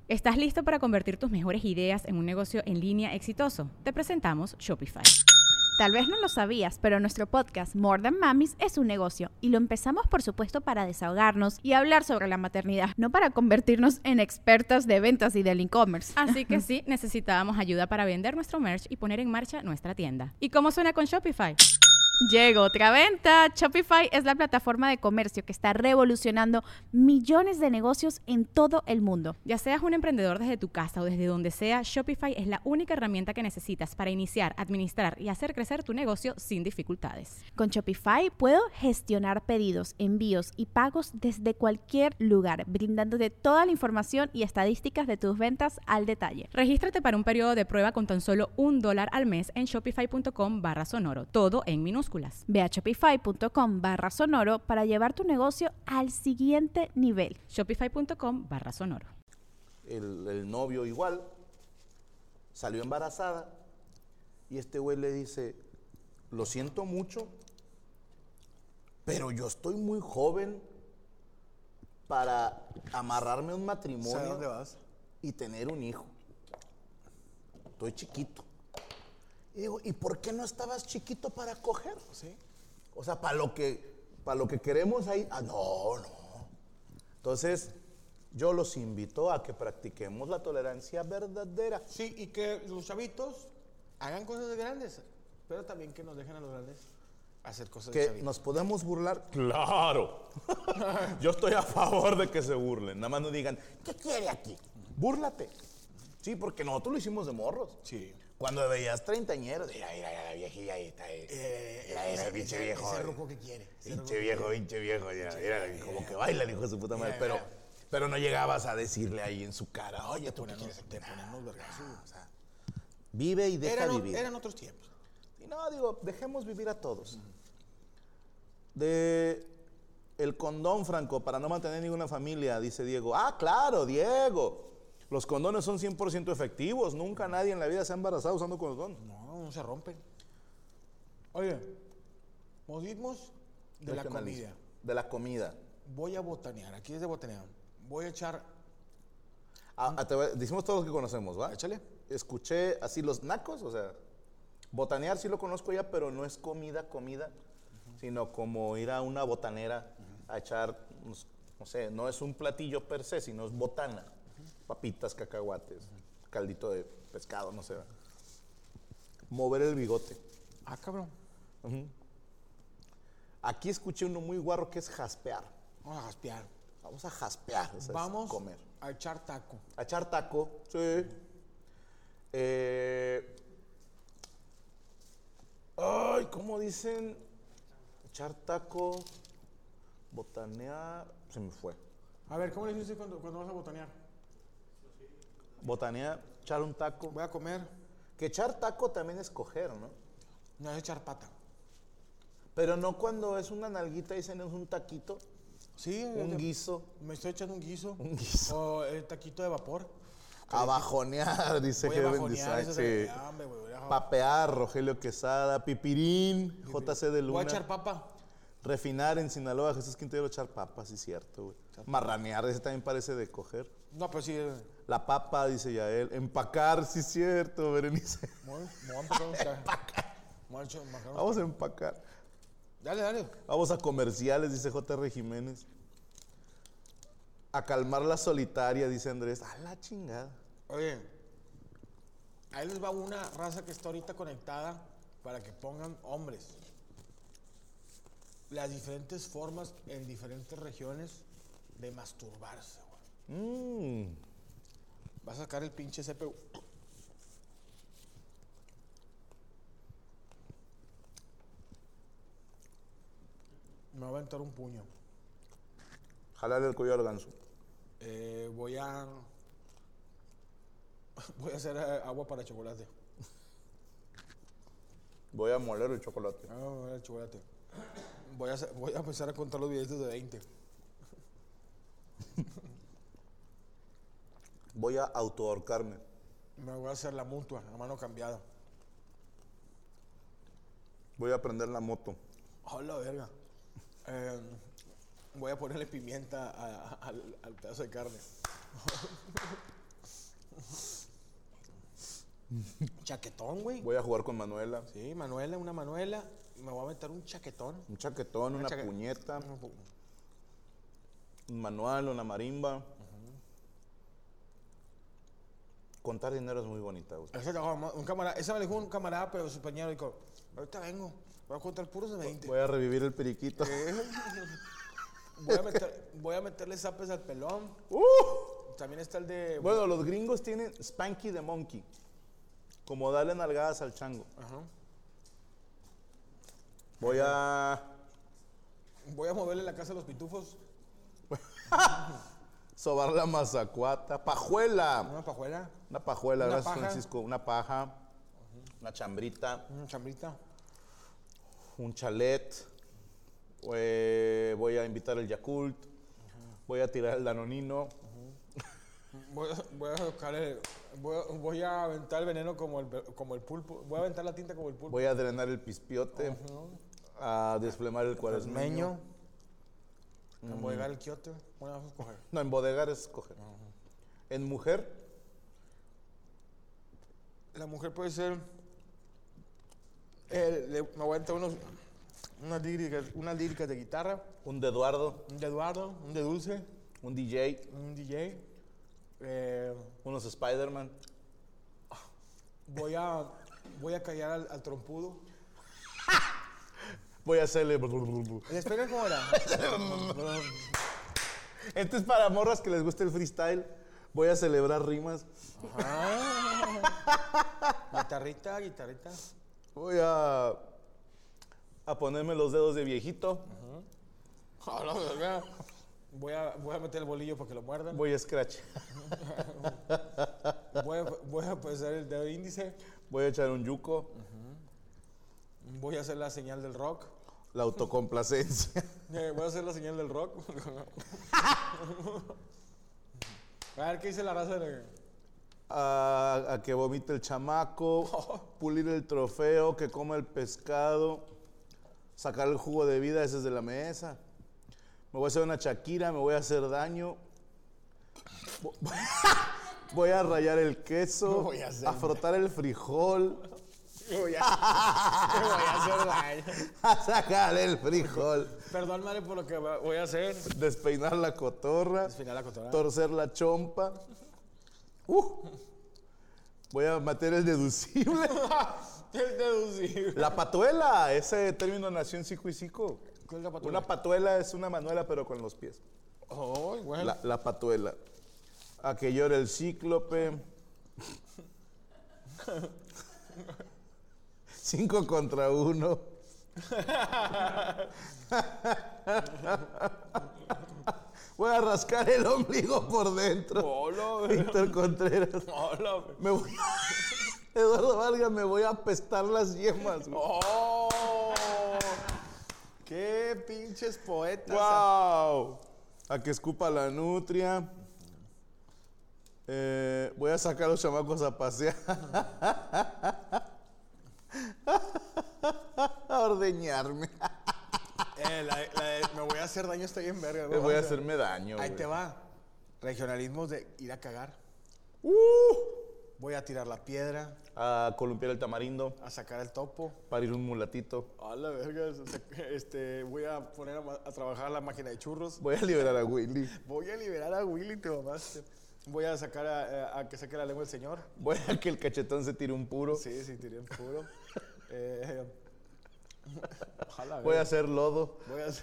¿Estás listo para convertir tus mejores ideas en un negocio en línea exitoso? Te presentamos Shopify. Tal vez no lo sabías, pero nuestro podcast More Than Mamis es un negocio y lo empezamos por supuesto para desahogarnos y hablar sobre la maternidad, no para convertirnos en expertas de ventas y del e-commerce. Así que sí, necesitábamos ayuda para vender nuestro merch y poner en marcha nuestra tienda. ¿Y cómo suena con Shopify? Llegó otra venta. Shopify es la plataforma de comercio que está revolucionando millones de negocios en todo el mundo. Ya seas un emprendedor desde tu casa o desde donde sea, Shopify es la única herramienta que necesitas para iniciar, administrar y hacer crecer tu negocio sin dificultades. Con Shopify puedo gestionar pedidos, envíos y pagos desde cualquier lugar, brindándote toda la información y estadísticas de tus ventas al detalle. Regístrate para un periodo de prueba con tan solo $1 al mes en shopify.com/sonoro, todo en minúsculas. Ve a shopify.com/sonoro para llevar tu negocio al siguiente nivel. Shopify.com/sonoro. El novio igual, salió embarazada y este güey le dice, lo siento mucho, pero yo estoy muy joven para amarrarme a un matrimonio. ¿Sabes dónde vas? Y tener un hijo. Estoy chiquito. Y digo, ¿y por qué no estabas chiquito para coger? ¿Sí? O sea, para lo que queremos ahí. No. Entonces, yo los invito a que practiquemos la tolerancia verdadera. Sí, y que los chavitos hagan cosas de grandes, pero también que nos dejen a los grandes hacer cosas de Que chavitos. nos podemos burlar. ¡Claro! Yo estoy a favor de que se burlen. Nada más no digan, ¿qué quiere aquí? Búrlate. Sí, porque nosotros lo hicimos de morros. Sí. Cuando veías treintañeros, mira, la viejilla ahí está. Mira ese pinche viejo. Ese ruco que quiere. Pinche viejo. Mira, como que baila el hijo de su puta madre. Pero no llegabas a decirle ahí en su cara, oye, ¿tú qué quieres? Te ponemos vergazos. O sea, vive y deja vivir. Eran otros tiempos. Y no, digo, dejemos vivir a todos. De el condón, Franco, para no mantener ninguna familia, dice Diego. Ah, claro, Diego. Los condones son 100% efectivos. Nunca nadie en la vida se ha embarazado usando condón. No se rompen. Oye, modismos de la comida. De la comida. Voy a botanear. Aquí es de botanear. Voy a echar. Decimos todos los que conocemos, ¿va? Échale. Escuché así los nacos, o sea, botanear sí lo conozco ya, pero no es comida, sino como ir a una botanera a echar, no sé, no es un platillo per se, sino es botana. Papitas, cacahuates, caldito de pescado, no sé. Mover el bigote. Ah, cabrón. Aquí escuché uno muy guarro que es jaspear. Vamos a jaspear. Vamos a jaspear, o sea, Vamos es comer. a echar taco. A echar taco, sí. Ay, ¿cómo dicen? Echar taco, botanear, se me fue. A ver, ¿cómo le dices cuando vas a botanear? Botanear, echar un taco. Voy a comer. Que echar taco también es coger, ¿no? No, es echar pata. Pero no cuando es una nalguita y dicen es un taquito. Sí. Un guiso. Me estoy echando un guiso. Un guiso. O el taquito de vapor. A bajonear, dice Voy a Heaven bajonear. Design. Eso Sí. hambre, güey. Papear, Rogelio Quesada, Pipirín, JC de Luna. Voy a echar papa. Refinar en Sinaloa, Jesús Quintero, echar papa, sí, cierto, güey. Marranear, ese también parece de coger. No, pero sí. La papa, dice Yael. Empacar, sí, cierto, Berenice. Vamos a empacar. Dale. Vamos a comerciales, dice JR Jiménez. A calmar la solitaria, dice Andrés. A la chingada. Oye, ahí les va una raza que está ahorita conectada para que pongan hombres. Las diferentes formas en diferentes regiones de masturbarse, güey. Va a sacar el pinche CPU. Me va a aventar un puño. Jalarle el cuello al ganso. Voy a hacer agua para chocolate. Voy a moler el chocolate. El chocolate. Voy a empezar a contar los billetes de 20. Voy a autoahorcarme. Me voy a hacer la mutua, a mano cambiada. Voy a prender la moto. Hola, verga. Voy a ponerle pimienta al pedazo de carne. Chaquetón, güey. Voy a jugar con Manuela. Sí, una Manuela. Me voy a meter un chaquetón. Un chaquetón, una puñeta. Un manual, una marimba. Contar dinero es muy bonita, güey. Esa me dijo un camarada, pero su pañero dijo, ahorita vengo, voy a contar puros de 20. Voy a revivir el periquito. Voy a meterle zapes al pelón. También está el de... Bueno, los gringos tienen Spanky the Monkey. Como darle nalgadas al chango. Ajá. Voy a moverle la casa a los pitufos. sobar la mazacuata. ¡Pajuela! Una pajuela. Una pajuela, Una gracias paja. Francisco. Una paja. Una chambrita. Una chambrita. Un chalet. Voy a invitar el Yakult. Voy a tirar el Danonino. Voy a aventar el veneno como el pulpo. Voy a aventar la tinta como el pulpo. Voy a drenar el pispiote. A desflemar el cuaresmeño. Embodegar el quiote. Bueno, vamos a escoger. No, embodegar es escoger. En mujer, La mujer puede ser... me voy a aventar unas líricas de guitarra. un de Eduardo, Un de Eduardo, un de Dulce, un DJ, un DJ. unos Spider-Man. Voy a callar al trompudo. Voy a hacerle... ¿Les pegan cómo era? Este es para morras que les gusta el freestyle. Voy a celebrar rimas. Guitarrita. Voy a ponerme los dedos de viejito. Voy a meter el bolillo para que lo muerdan. Voy a scratch. Voy a pesar el dedo índice. Voy a echar un yuco. Voy a hacer la señal del rock. La autocomplacencia. Voy a hacer la señal del rock. A ver qué dice la raza de... A que vomite el chamaco. Pulir el trofeo. Que coma el pescado. Sacar el jugo de vida, ese es de la mesa. Me voy a hacer una Shakira, me voy a hacer daño. Voy a rayar el queso. A frotar el frijol. Me voy a hacer daño. A sacar el frijol. Perdón, madre, por lo que voy a hacer. Despeinar la cotorra. Desfinar la cotorra. Torcer la chompa. Voy a meter el deducible. El deducible. La patuela, ese término nació en Cico y Cico. ¿Cuál es la patuela? Una patuela es una manuela, pero con los pies. Oh, bueno. La patuela. A que llore el cíclope. 5 contra 1. Voy a rascar el ombligo por dentro. Hola, Víctor Contreras. hola. Eduardo Vargas, me voy a apestar las yemas. ¡Oh! ¡Qué pinches poetas! ¡Wow! A que escupa la nutria. Voy a sacar a los chamacos a pasear. A ordeñarme. Me voy a hacer daño, está bien verga. Me voy a hacerme daño. Ahí güey. te va. Regionalismos de ir a cagar. Voy a tirar la piedra. A columpiar el tamarindo. A sacar el topo. Parir un mulatito. A la verga. Voy a poner a trabajar la máquina de churros. Voy a liberar a Willy. Voy a liberar a Willy, te mamaste. Voy a sacar a que saque la lengua el señor. Voy a que el cachetón se tire un puro. Sí, tiré en puro. Ojalá, Voy a hacer lodo.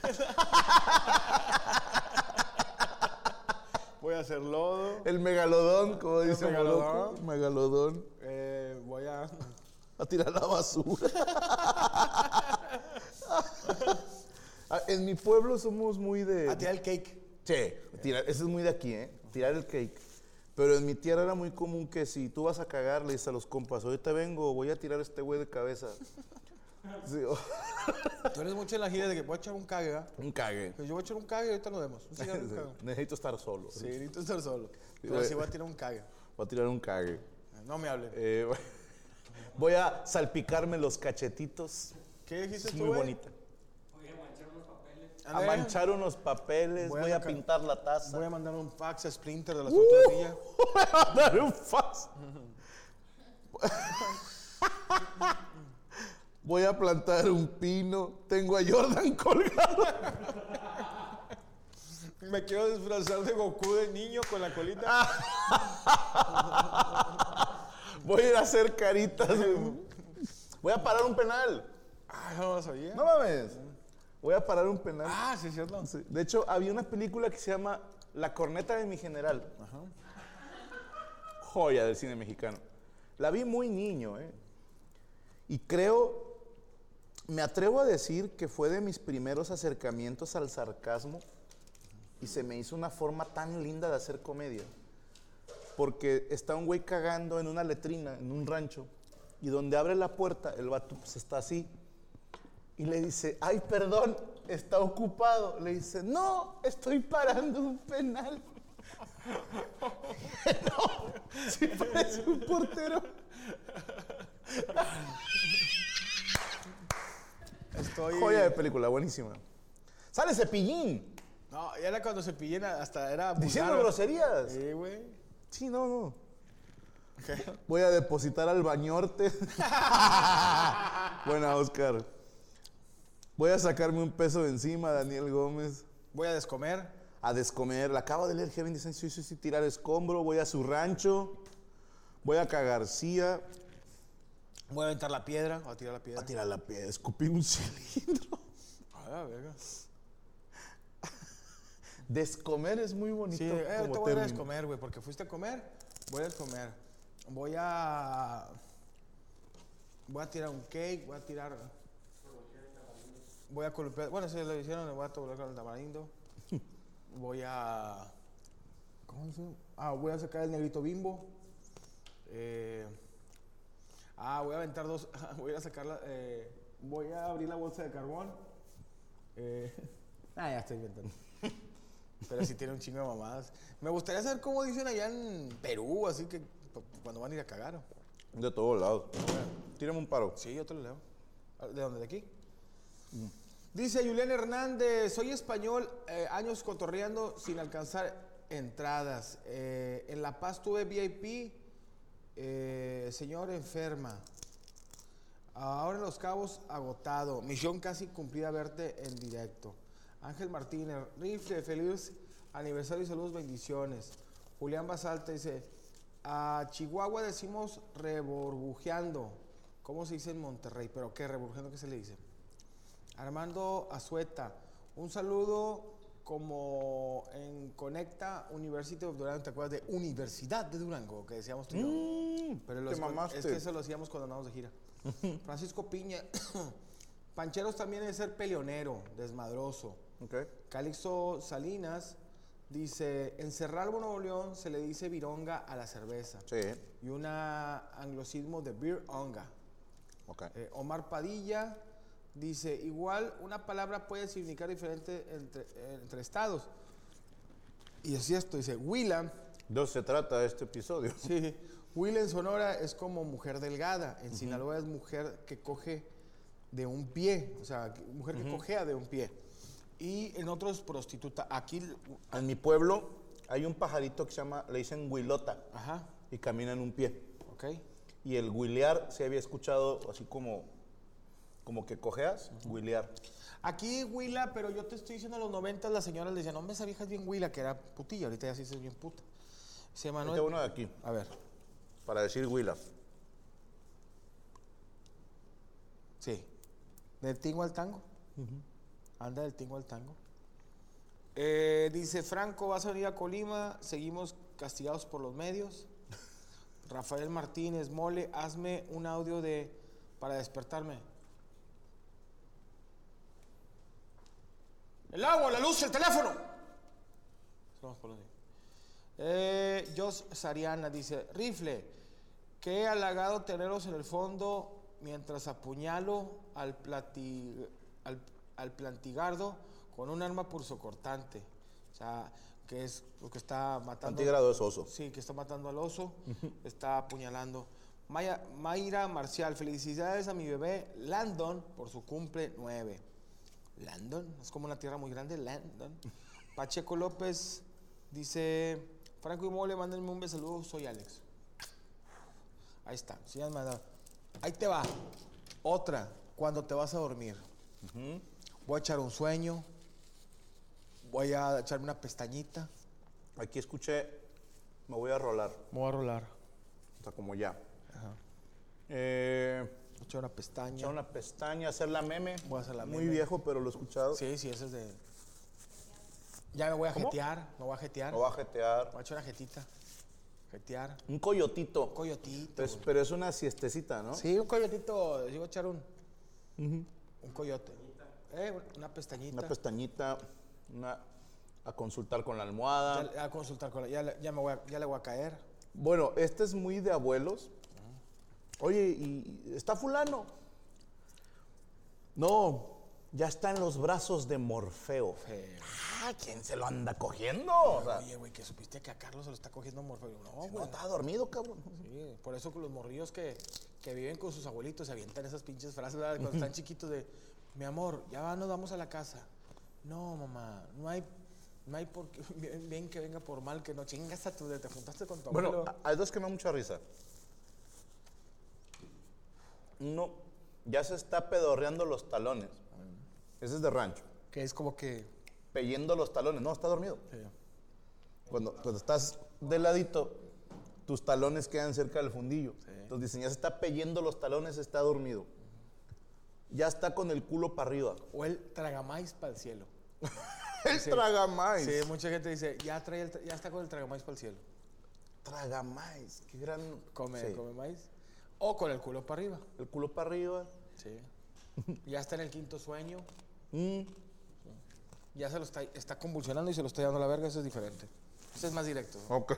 Voy a hacer lodo. El megalodón, como dice megalodón. Moroco. Megalodón. Voy a... A tirar la basura. En mi pueblo somos muy de... A tirar el cake. Sí, tirar, eso es muy de aquí, ¿eh? Tirar el cake. Pero en mi tierra era muy común que si tú vas a cagar, le dices a los compas, ahorita vengo, voy a tirar a este güey de cabeza. Sí, Tú eres mucho en la gira de que voy a echar un cague, ¿verdad? un cague. Pues yo voy a echar un cague y ahorita nos vemos. Un cigarro, un cague. Necesito estar solo. Sí, necesito estar solo. Pero güey. sí voy a tirar un cague. Voy a tirar un cague. No me hablen. Voy a salpicarme los cachetitos. ¿Qué dijiste Es tú, muy güey? bonita. A Ándale. manchar unos papeles, voy a pintar la taza. Voy a mandar un fax a Splinter de la tortilla. Voy a mandar un fax. Voy a plantar un pino. Tengo a Jordan colgado. Me quiero disfrazar de Goku de niño con la colita. Voy a ir a hacer caritas. Voy a parar un penal. Ah, no lo sabía. No mames. Voy a parar un penal. Ah, sí, es cierto. Sí. De hecho, había una película que se llama La corneta de mi general. Ajá. Joya del cine mexicano. La vi muy niño, ¿eh? Y creo, me atrevo a decir que fue de mis primeros acercamientos al sarcasmo y se me hizo una forma tan linda de hacer comedia. Porque está un güey cagando en una letrina, en un rancho, y donde abre la puerta, el vato pues está así, y le dice, ay, perdón, está ocupado. Le dice, no, estoy parando un penal. No, sí parece un portero. Joya de película, buenísima. Sale Cepillín. No, y era cuando Cepillín hasta era... Diciendo groserías. Sí, güey. Sí, no. ¿Qué? Voy a depositar al bañorte. Buena, Oscar. Voy a sacarme un peso de encima, Daniel Gómez. Voy a descomer. A descomer. La acabo de leer, Kevin. Dicen, sí, tirar escombro. Voy a su rancho. Voy a Cagarcía. Voy a aventar la piedra. Voy a tirar la piedra. A tirar la piedra. Escupir un cilindro. Ah, verga. Descomer es muy bonito. Sí, te como voy a término. descomer, güey, porque fuiste a comer. Voy a descomer. Voy a tirar un cake, voy a columpiar. Bueno, si lo hicieron, le voy a tocar con el tamarindo. Voy a... ¿Cómo se llama? Voy a sacar el negrito Bimbo. Voy a aventar dos... Voy a sacarla... voy a abrir la bolsa de carbón. Ya estoy inventando. Pero sí tiene un chingo de mamadas. Me gustaría saber cómo dicen allá en Perú, así que cuando van a ir a cagar. De todos lados. Tírame un paro. Sí, yo te lo leo. ¿De dónde? ¿De aquí? Dice Julián Hernández, soy español, años cotorreando sin alcanzar entradas. En La Paz tuve VIP, señor enferma. Ahora en Los Cabos agotado. Misión casi cumplida verte en directo. Ángel Martínez, Rifle, feliz aniversario y saludos, bendiciones. Julián Basalta dice, a Chihuahua decimos reburbujeando. ¿Cómo se dice en Monterrey? ¿Pero qué? ¿Reburbujeando qué se le dice? Armando Azueta, un saludo como en Conecta University of Durango. ¿Te acuerdas de Universidad de Durango? Que decíamos tú y yo. Pero te mamaste. es que eso lo hacíamos cuando andábamos de gira. Francisco Piña, Pancheros también es ser peleonero, desmadroso. Okay. Calixto Salinas dice, en Cerralbo, Nuevo León, se le dice vironga a la cerveza. Sí. Y una anglicismo de beer onga. Okay. Omar Padilla dice, igual una palabra puede significar diferente entre estados. Y es cierto, dice, Huila. De eso se trata este episodio. Sí, Huila en Sonora es como mujer delgada. En Sinaloa es mujer que coge de un pie. O sea, mujer que cojea de un pie. Y en otros prostituta. Aquí... En mi pueblo hay un pajarito que se llama, le dicen huilota. Ajá. Y camina en un pie. Ok. Y el huilear, se había escuchado así como que cojeas, huilear. Aquí Huila, pero yo te estoy diciendo en los 90 las señoras le decían, no, esa vieja es bien Huila, que era putilla. Ahorita ya sí es bien puta. Se llama... Este uno de aquí, A ver. para decir huila. Sí. Del tingo al tango. Anda del tingo al tango. Dice Franco, vas a venir a Colima, seguimos castigados por los medios. Rafael Martínez, Mole, hazme un audio para despertarme. El agua, la luz, el teléfono. Vamos por los días. Jos Sariana dice, Rifle, qué halagado teneros en el fondo mientras apuñalo al plantigardo con un arma pulsocortante. O sea, que es lo que está matando. Plantigrado es oso. Sí, que está matando al oso, está apuñalando. Mayra Marcial, felicidades a mi bebé Landon por su cumple 9. Landon, es como una tierra muy grande, Landon. Pacheco López dice, Franco y Mole, mándenme un beso, saludo, soy Alex. Ahí está, sí, Ahí te va. Otra, cuando te vas a dormir. Voy a echar un sueño. Voy a echarme una pestañita. Aquí escuché, me voy a rolar. Me voy a rolar. O sea, como ya. Ajá. Echar una pestaña. Echar una pestaña, hacer la meme. Voy a hacer la Muy meme. viejo, pero lo he escuchado. Sí, ese es de... Ya me voy a jetear. Me voy a jetear. Lo va a jetear. Voy a echar una jetita. Jetear. Un coyotito. Un coyotito. Pues, güey. pero es una siestecita, ¿no? Sí, un coyotito. Yo voy a echar un coyote. Una pestañita. Una pestañita, a consultar con la almohada. Ya, a consultar con la... Ya le voy a caer. Bueno, este es muy de abuelos. Oye, ¿y está fulano? No, ya está en los brazos de Morfeo. Ah, ¿quién se lo anda cogiendo? O sea, Oye, güey, que supiste que a Carlos se lo está cogiendo Morfeo. No, no güey. estaba dormido, cabrón. Sí, por eso con los morrillos que viven con sus abuelitos se avientan esas pinches frases, ¿verdad? Cuando están chiquitos de, mi amor, ya nos vamos a la casa. No, mamá, no hay por qué, bien que venga por mal, que no chingas a tu, te juntaste con tu abuelo. Bueno, hay dos que me dan mucha risa. Uno, ya se está pedorreando los talones. Ese es de rancho. Que es como que... Peyendo los talones. No, está dormido. Sí. Cuando estás de ladito, tus talones quedan cerca del fundillo. Sí. Entonces dicen, ya se está peyendo los talones, está dormido. Ya está con el culo para arriba. O el tragamais para el cielo. El tragamais. Sí, mucha gente dice, ya está con el tragamais para el cielo. Tragamais. Qué gran... Come Sí. maíz. O con el culo para arriba. El culo para arriba. Sí. Ya está en el quinto sueño. Mm. Ya se lo está convulsionando y se lo está llevando a la verga, eso es diferente. Eso es más directo. Ok.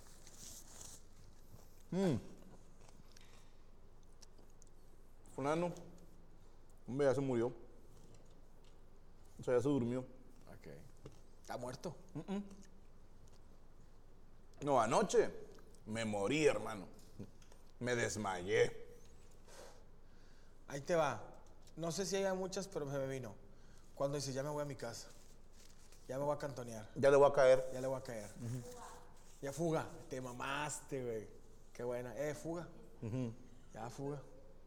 Fulano. Hombre, ya se murió. O sea, ya se durmió. Ok. ¿Está muerto? No, anoche me morí, hermano. Me desmayé. Ahí te va. No sé si hay muchas, pero me vino. Cuando dice, ya me voy a mi casa. Ya me voy a cantonear. Ya le voy a caer. Ya le voy a caer. Ya fuga. Te mamaste, güey. Qué buena. Fuga. Ya fuga.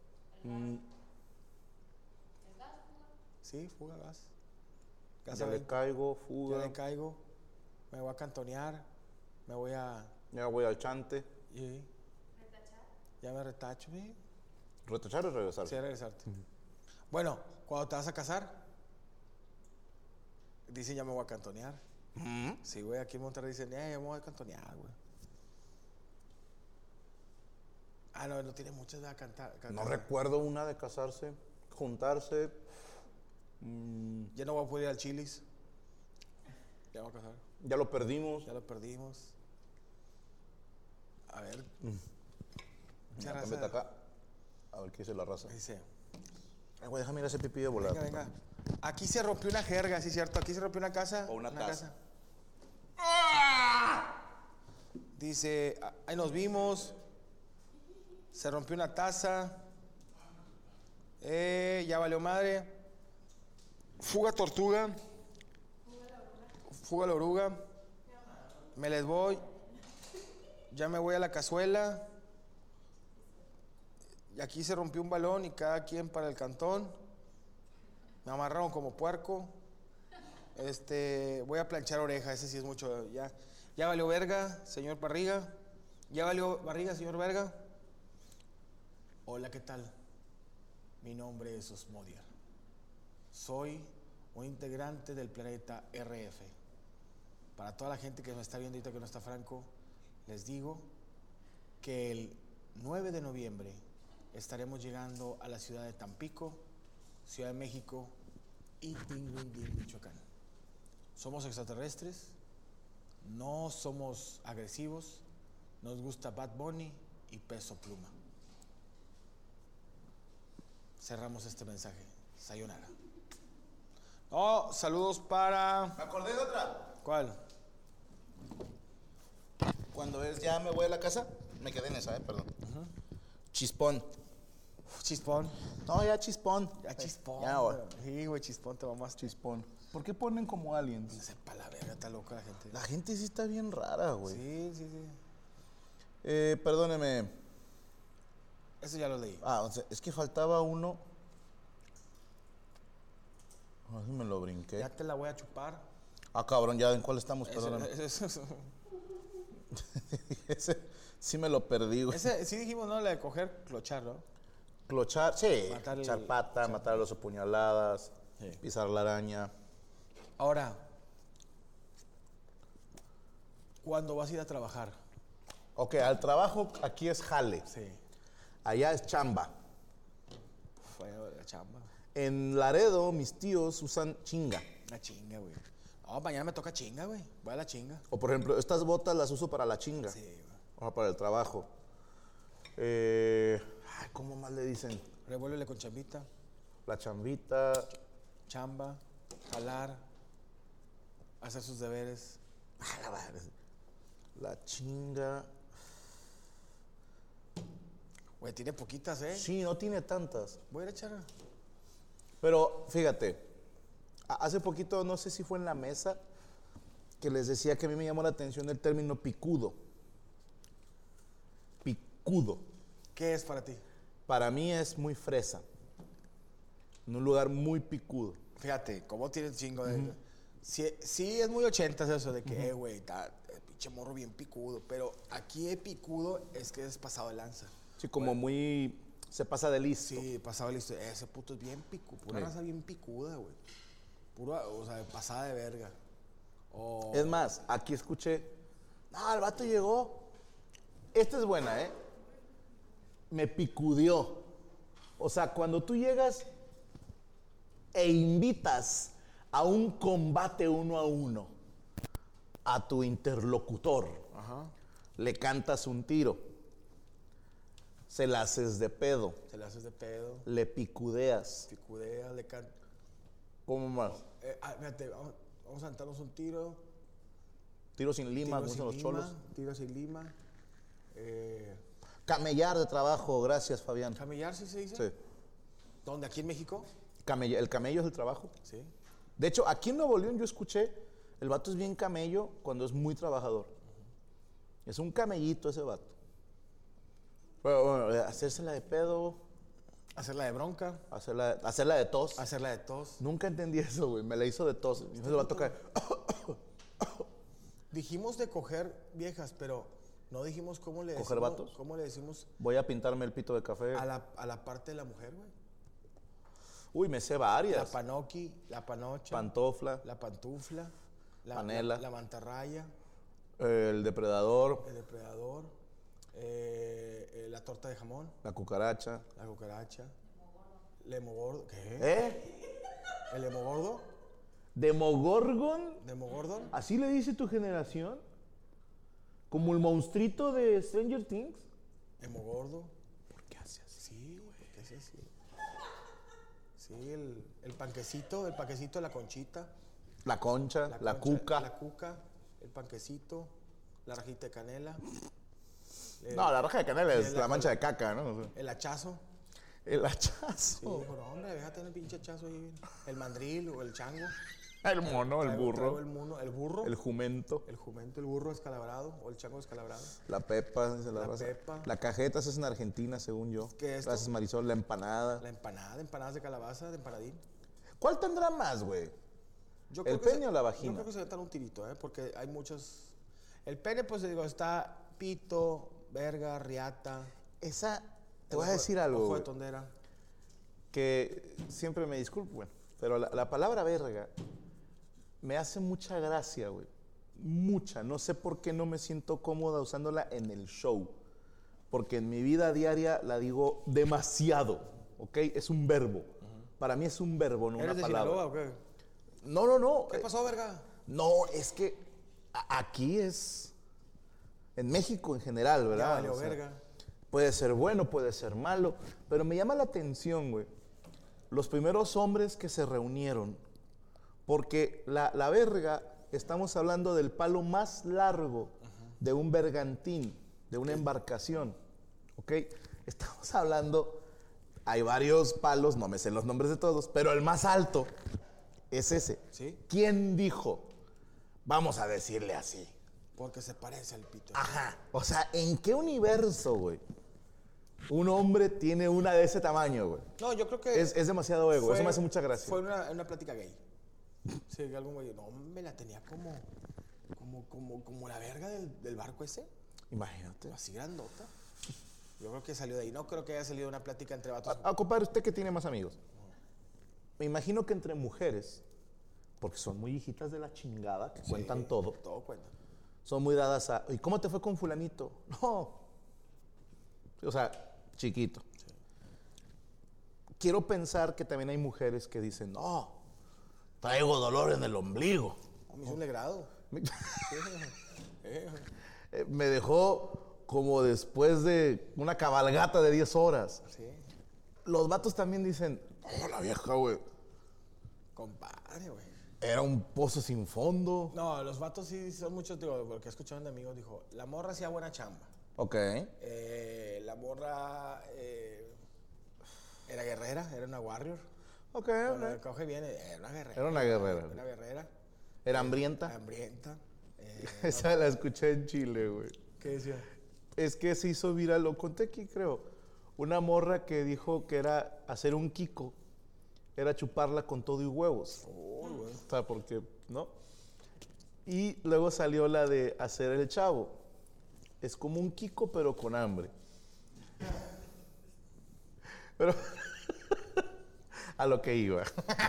Sí, fuga, gas. Ya le caigo, fuga. Ya le caigo. Me voy a cantonear. Me voy a... Ya voy al chante. y- Ya me retacho, ¿sí? ¿Retachar o regresar? Sí, a regresarte. Bueno, cuando te vas a casar, dicen ya me voy a cantonear. Sí, güey, aquí en Monterrey dicen, ya me voy a cantonear, güey. Ah, no tiene muchas de cantar. No recuerdo una de casarse, juntarse. Ya no voy a poder ir al Chili's. Ya voy a casar. Ya lo perdimos. Ya lo perdimos. A ver. Ya, raza. cámbiate acá. A ver qué dice la raza. Dice, Ay, güey, déjame ir a ese pipí de volar. venga. Aquí se rompió una jerga, sí, cierto. Aquí se rompió una casa. O una taza. Dice, ahí nos vimos. Se rompió una taza. Ya valió madre. Fuga tortuga. Fuga la oruga. Me les voy. Ya me voy a la cazuela. Y aquí se rompió un balón y cada quien para el cantón. Me amarraron como puerco. Voy a planchar oreja, ese sí es mucho. Ya valió verga, señor Barriga. Ya valió barriga, señor Verga. Hola, ¿qué tal? Mi nombre es Osmodier. Soy un integrante del planeta RF. Para toda la gente que me está viendo ahorita que no está Franco, les digo que el 9 de noviembre estaremos llegando a la ciudad de Tampico, Ciudad de México y Tinguindín, Michoacán. Somos extraterrestres, no somos agresivos, nos gusta Bad Bunny y Peso Pluma. Cerramos este mensaje. Sayonara. Oh, saludos para... Me acordé de otra. ¿Cuál? Cuando es ya me voy a la casa, me quedé en esa, perdón. Chispón. Chispón. No, ya chispón. Ya chispón. Ya, güey. Sí, güey, chispón, te mamaste. Chispón. ¿Por qué ponen como aliens? Sepa la verga, está loca la gente. La gente sí está bien rara, güey. Sí. Perdóneme. Eso ya lo leí. Ah, o sea, es que faltaba uno. A ver si me lo brinqué. Ya te la voy a chupar. Ah, cabrón, ¿ya en cuál estamos? Perdóname. Ese, Ese sí me lo perdí, güey. sí dijimos, ¿no? La de coger, clochar, ¿no? Clochar, sí. Matar Echar el- pata, matar a los apuñaladas, Sí. pisar la araña. Ahora, ¿cuándo vas a ir a trabajar? Ok, al trabajo aquí es jale. Sí. Allá es chamba. Fue la chamba. En Laredo, mis tíos usan chinga. La chinga, güey. No, mañana me toca chinga, güey. Voy a la chinga. O por ejemplo, estas botas las uso para la chinga. Sí, güey. O para el trabajo. ¿Cómo más le dicen? Revuélvele con chambita, La chambita. chamba, jalar, hacer sus deberes. La chinga. Güey, tiene poquitas, ¿eh? Sí, no tiene tantas. Voy a ir a echar. Pero fíjate, hace poquito, no sé si fue en la mesa, que les decía que a mí me llamó la atención el término picudo. Picudo. ¿Qué es para ti? Para mí es muy fresa. En un lugar muy picudo. Fíjate, cómo tiene un chingo de... Sí, es muy ochentas eso de que, güey, está el pinche morro bien picudo. Pero aquí el picudo es que es pasado de lanza. Sí, como muy... Se pasa de listo. Sí, pasado de listo. Ese puto es bien picudo. Pura Sí. raza bien picuda, güey. Pura, o sea, pasada de verga. O... Es más, aquí escuché... No, el vato llegó. Esta es buena, ¿eh? Me picudeó. O sea, cuando tú llegas e invitas a un combate 1 a 1 a tu interlocutor, Ajá. le cantas un tiro, se la haces de pedo, Se le haces de pedo, le picudeas. picudea, le canta. ¿Cómo más? Fíjate, vamos a sentarnos un tiro. Tiro sin lima, Tiro como sin dicen los lima, cholos. Tiro sin lima. Camellar de trabajo, gracias Fabián. ¿Camellar sí se dice? Sí. ¿Dónde? ¿Aquí en México? El camello es el trabajo. Sí. De hecho, aquí en Nuevo León yo escuché, el vato es bien camello cuando es muy trabajador. Es un camellito ese vato. Pero bueno, hacérsela de pedo, Hacerla de bronca, hacerla de tos. hacerla de tos. Nunca entendí eso, güey. Me la hizo de tos. Y entonces el vato cae. Dijimos de coger viejas, pero no dijimos cómo le ¿Coger decimos, vatos? cómo le decimos Voy a pintarme el pito de café. a la parte de la mujer, güey. Uy, me sé La varias. panoqui, la panocha, Pantofla, la pantufla, Panela. la mantarraya, el depredador, el depredador, la torta de jamón, la cucaracha. la cucaracha, el hemogordo. ¿Qué? ¿Eh? ¿El hemogordo? ¿Demogorgon? ¿Demogordo? ¿Así le dice tu generación? ¿Como el monstruito de Stranger Things? ¿Hemogordo? ¿Por qué hace así? Sí, güey, ¿qué es así? Sí, el panquecito de la conchita. La concha, la cuca. La cuca, el panquecito, la rajita de canela. No, la raja de canela es la la mancha de caca, ¿no? O sea, El hachazo. el Sí, hachazo. pero hombre, déjate el pinche hachazo ahí. El mandril o el chango. El mono, el Traigo burro, el mono, el burro. el jumento, El jumento, el burro escalabrado o el chango escalabrado. la pepa, dice la La raza. pepa. La cajeta esa es en Argentina, según yo. ¿Qué es esto? Gracias, Marisol. La empanada. La empanada, empanadas de calabaza, de empanadín. ¿Cuál tendrá más, güey? Yo ¿El creo que pene o la vagina? Yo creo que se va un tirito, ¿eh? Porque hay muchos... El pene, pues, digo, está pito, verga, riata. Esa, te voy a decir algo, Ojo güey, de tondera. que siempre me disculpo, bueno, pero la palabra verga me hace mucha gracia, güey. Mucha. No sé por qué no me siento cómoda usándola en el show. Porque en mi vida diaria la digo demasiado, ¿ok? Es un verbo. Para mí es un verbo, no una ¿Eres de palabra. Sinaloa o qué? No, no, no. ¿Qué pasó, verga? No, es que aquí es... En México en general, Ya ¿verdad? valió O sea, verga. puede ser bueno, puede ser malo, pero me llama la atención, güey, los primeros hombres que se reunieron, porque la verga, estamos hablando del palo más largo de un bergantín, de una embarcación, ¿ok? Estamos hablando, hay varios palos, no me sé los nombres de todos, pero el más alto es ese. ¿Sí? ¿Quién dijo? Vamos a decirle así. Porque se parece al pito. Ajá. O sea, ¿en qué universo, güey? Un hombre tiene una de ese tamaño, güey. No, yo creo que... Es demasiado ego, eso me hace mucha gracia. Fue una plática gay. Sí, que algún güey, no, me la tenía como la verga del barco ese. Imagínate. Así grandota. Yo creo que salió de ahí. No creo que haya salido una plática entre vatos. Compadre, usted que tiene más amigos. Me imagino que entre mujeres, porque son muy hijitas de la chingada, que cuentan todo. Todo cuenta. Son muy dadas a, ¿y cómo te fue con fulanito? No. O sea, chiquito. Sí. Quiero pensar que también hay mujeres que dicen, no, traigo dolor en el ombligo. A mí es un legrado. Me dejó como después de una cabalgata de 10 horas. Sí. Los vatos también dicen, oh, la vieja, güey. Compadre, güey. Era un pozo sin fondo. No, los vatos sí son muchos, digo, porque escuchaban de amigos, dijo, la morra hacía buena chamba. Ok. La morra era guerrera, era una warrior. Ok, Bueno, coge bien, era una guerrera. Era una guerrera. Una guerrera. Era hambrienta. Hambrienta. Esa la escuché en Chile, güey. ¿Qué decía? Es que se hizo viral, lo conté aquí, creo. Una morra que dijo que era hacer un kiko, era chuparla con todo y huevos. Oh, güey. O sea, porque, ¿no? Y luego salió la de hacer el chavo. Es como un kiko, pero con hambre. Pero a lo que iba.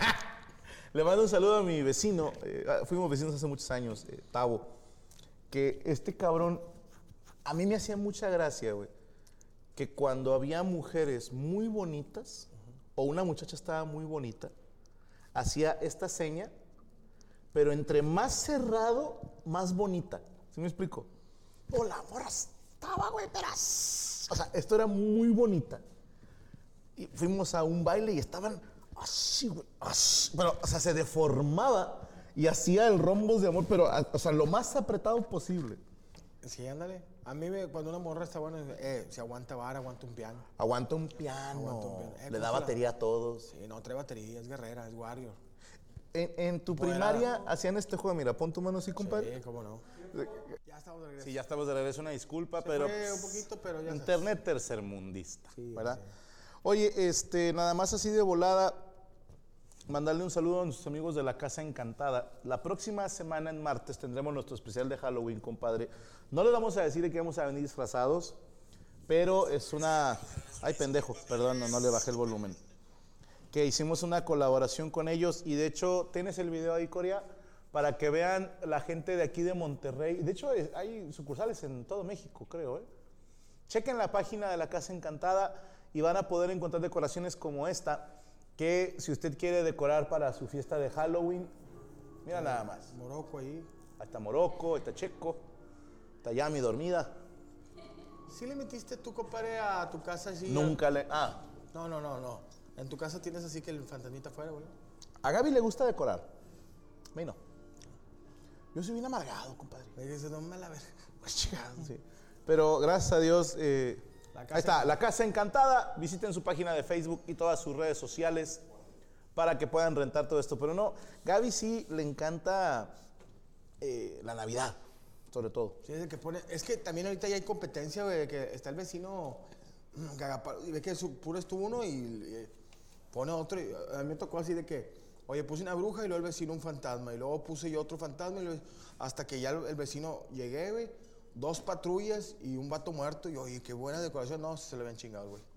Le mando un saludo a mi vecino. Fuimos vecinos hace muchos años, Tavo. Que este cabrón, a mí me hacía mucha gracia, güey. Que cuando había mujeres muy bonitas, o una muchacha estaba muy bonita, hacía esta seña, pero entre más cerrado, más bonita. ¿Sí me explico? Oh, la morra estaba, güey, pero... O sea, esto era muy bonita. Y fuimos a un baile y estaban así, güey, así. Pero, o sea, se deformaba y hacía el rombos de amor, pero, o sea, lo más apretado posible. Sí, ándale. A mí, cuando una morra está buena, se aguanta vara, aguanta un piano. Aguanta un piano. Aguanta un piano. Le da batería a todos. Sí, no trae batería, es guerrera, es warrior. En tu primaria hacían este juego. Mira, pon tu mano así, compadre. Sí, cómo no. Ya estamos de regreso. Sí, ya estamos de regreso. Una disculpa, Se pero... fue un poquito, pero ya Internet tercermundista, sí, ¿verdad? Sí. Oye, nada más así de volada, mandarle un saludo a nuestros amigos de la Casa Encantada. La próxima semana, en martes, tendremos nuestro especial de Halloween, compadre. No les vamos a decir que vamos a venir disfrazados, pero es una... Ay, pendejo, perdón, no le bajé el volumen. Que hicimos una colaboración con ellos y de hecho, ¿tienes el video ahí, Corea? Para que vean la gente de aquí de Monterrey. De hecho, hay sucursales en todo México, creo, ¿eh? Chequen la página de la Casa Encantada y van a poder encontrar decoraciones como esta, que si usted quiere decorar para su fiesta de Halloween, mira nada más. Morocco ahí. Ahí está Morocco, ahí está Checo, está Yami dormida. ¿Sí le metiste tú, compadre, a tu casa así? Nunca le... No. En tu casa tienes así que el fantasmita afuera, güey. A Gaby le gusta decorar. A mí no. Yo soy bien amargado, compadre. Me dices, no me la ver. Sí. Pero gracias a Dios, ahí está, La Casa Encantada. Visiten su página de Facebook y todas sus redes sociales para que puedan rentar todo esto. Pero no, Gaby sí le encanta la Navidad, sobre todo. Sí, es el que pone. Es que también ahorita ya hay competencia, güey, que está el vecino y ve que puro estuvo uno y pone otro. Y a mí me tocó así de que, oye, puse una bruja y luego el vecino un fantasma. Y luego puse yo otro fantasma y luego, hasta que ya el vecino llegué, güey. 2 patrullas y un vato muerto. Y oye, qué buena decoración. No, se le habían chingado, güey.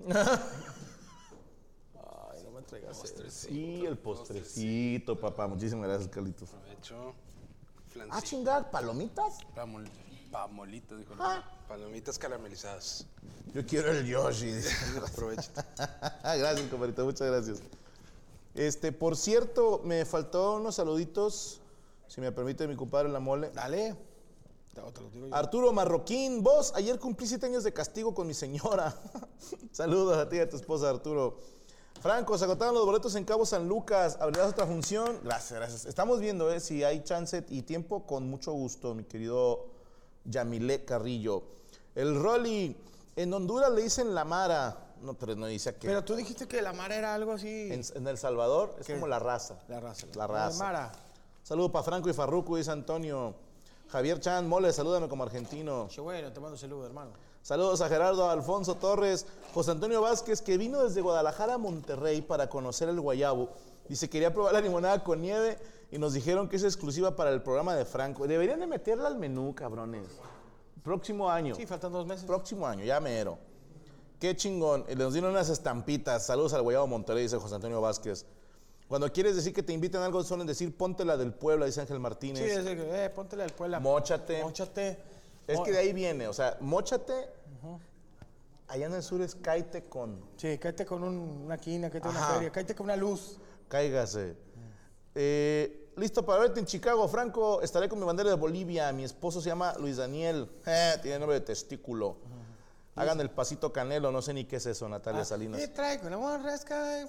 Ay, no me traigas eso. Sí, el postrecito, papá. Muchísimas gracias, Carlitos. Aprovecho. Ah, chingar, ¿palomitas? Pamolitas, dijo. Palomitas caramelizadas. Yo quiero el Yoshi. Aprovecho. Gracias, compadrito, muchas gracias. Por cierto, me faltó unos saluditos, si me permite mi compadre La Mole. Dale. Te lo digo yo. Arturo Marroquín, vos, ayer cumplí 7 años de castigo con mi señora. Saludos a ti y a tu esposa, Arturo. Franco, se agotaron los boletos en Cabo San Lucas. ¿Abrirás otra función? Gracias. Estamos viendo, si hay chance y tiempo, con mucho gusto, mi querido Yamilé Carrillo. El Rolly, en Honduras le dicen la Mara. No, pero no dice que... Pero tú dijiste que la Mara era algo así. En El Salvador es ¿Qué? como la raza. La raza. La raza. Mara. Saludos para Franco y Farruco, dice Antonio. Javier Chan, Mole, salúdame como argentino. Qué bueno, te mando saludos, hermano. Saludos a Gerardo Alfonso Torres. José Antonio Vázquez, que vino desde Guadalajara a Monterrey para conocer el guayabo. Dice, quería probar la limonada con nieve y nos dijeron que es exclusiva para el programa de Franco. Deberían de meterla al menú, cabrones. Próximo año. Sí, faltan 2 meses. Próximo año, ya mero. Qué chingón. Y nos dieron unas estampitas. Saludos al guayabo Monterrey, dice José Antonio Vázquez. Cuando quieres decir que te inviten a algo, suelen decir, ponte la del Puebla, dice Ángel Martínez. Sí, es que, póntele al Puebla. Móchate. Móchate. Es que de ahí viene, o sea, móchate, allá en el sur es cáete con. Sí, cállate con una quina, cállate con una Ajá. feria, cállate con una luz. Cáigase. Listo para verte en Chicago, Franco. Estaré con mi bandera de Bolivia. Mi esposo se llama Luis Daniel. Tiene nombre de testículo. Hagan el pasito Canelo, no sé ni qué es eso, Natalia Salinas. Y traigo una borrasca.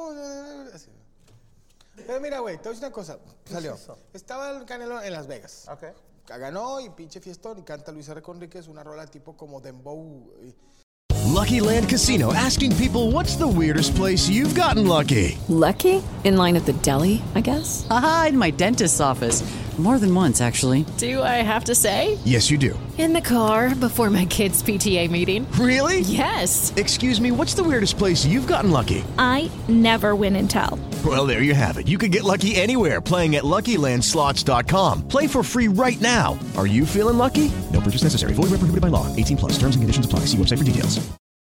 Pero mira, güey, te voy a decir una cosa. Salió. Estaba el Canelo en Las Vegas. Ok. Ganó y pinche fiestón y canta Luis R. Conríquez una rola tipo como Dembow. Lucky Land Casino, asking people, what's the weirdest place you've gotten lucky? Lucky? In line at the deli, I guess? Aha, in my dentist's office. More than once, actually. Do I have to say? Yes, you do. In the car before my kids' PTA meeting. Really? Yes. Excuse me, what's the weirdest place you've gotten lucky? I never win and tell. Well, there you have it. You can get lucky anywhere, playing at LuckyLandSlots.com. Play for free right now. Are you feeling lucky? No purchase necessary. Void where prohibited by law. 18+. Terms and conditions apply. See website for details.